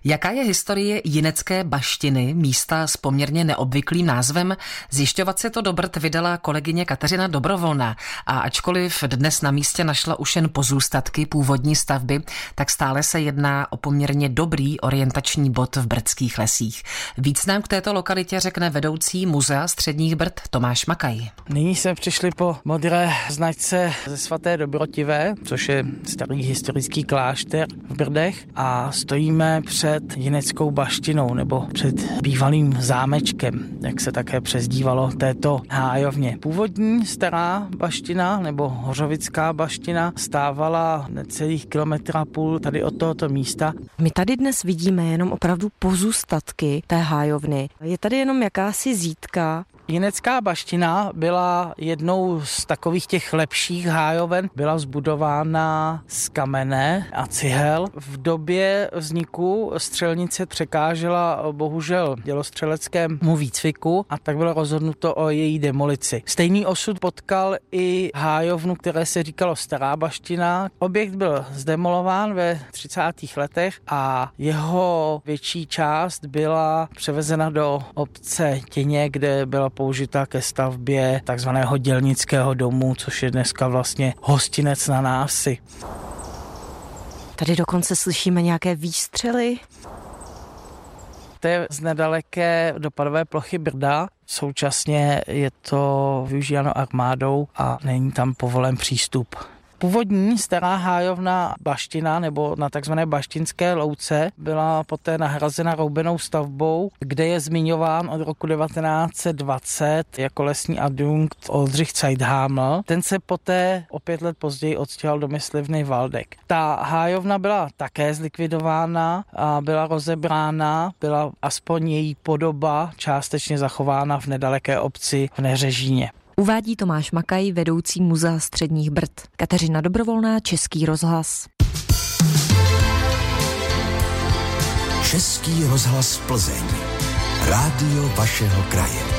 Jaká je historie Jinecké baštiny, místa s poměrně neobvyklým názvem? Zjišťovat si to do Brd vydala kolegyně Kateřina Dobrovolná a ačkoliv dnes na místě našla už jen pozůstatky původní stavby, tak stále se jedná o poměrně dobrý orientační bod v brdských lesích. Víc nám k této lokalitě řekne vedoucí Muzea středních Brd Tomáš Makaj. Nyní jsme přišli po modré značce ze svaté Dobrotivé, což je starý historický klášter v Brdech, a stojíme před Jineckou baštinou nebo před bývalým zámečkem, jak se také přezdívalo této hájovně. Původní stará baština nebo Hořovická baština stávala necelých 1,5 kilometra tady od tohoto místa. My tady dnes vidíme jenom opravdu pozůstatky té hájovny. Je tady jenom jakási zítka. Jinecká baština byla jednou z takových těch lepších hájoven. Byla zbudována z kamene a cihel. V době vzniku střelnice překážela bohužel dělostřeleckému výcviku a tak bylo rozhodnuto o její demolici. Stejný osud potkal i hájovnu, které se říkalo Stará baština. Objekt byl zdemolován ve 30. letech a jeho větší část byla převezena do obce Těně, kde byla použitá ke stavbě takzvaného dělnického domu, což je dneska vlastně hostinec na návsi. Tady dokonce slyšíme nějaké výstřely. To je z nedaleké dopadové plochy Brda. Současně je to využíváno armádou a není tam povolen přístup. Původní stará hájovna baština nebo na takzvané baštinské louce byla poté nahrazena roubenou stavbou, kde je zmiňován od roku 1920 jako lesní adjunkt Oldřich Zeithaml. Ten se poté o 5 let později odstěhoval do myslivny Valdek. Ta hájovna byla také zlikvidována a byla rozebrána, byla aspoň její podoba částečně zachována v nedaleké obci v Neřežíně. Uvádí Tomáš Makaj, vedoucí Muzea středních Brd. Kateřina Dobrovolná, Český rozhlas. Český rozhlas Plzeň. Rádio vašeho kraje.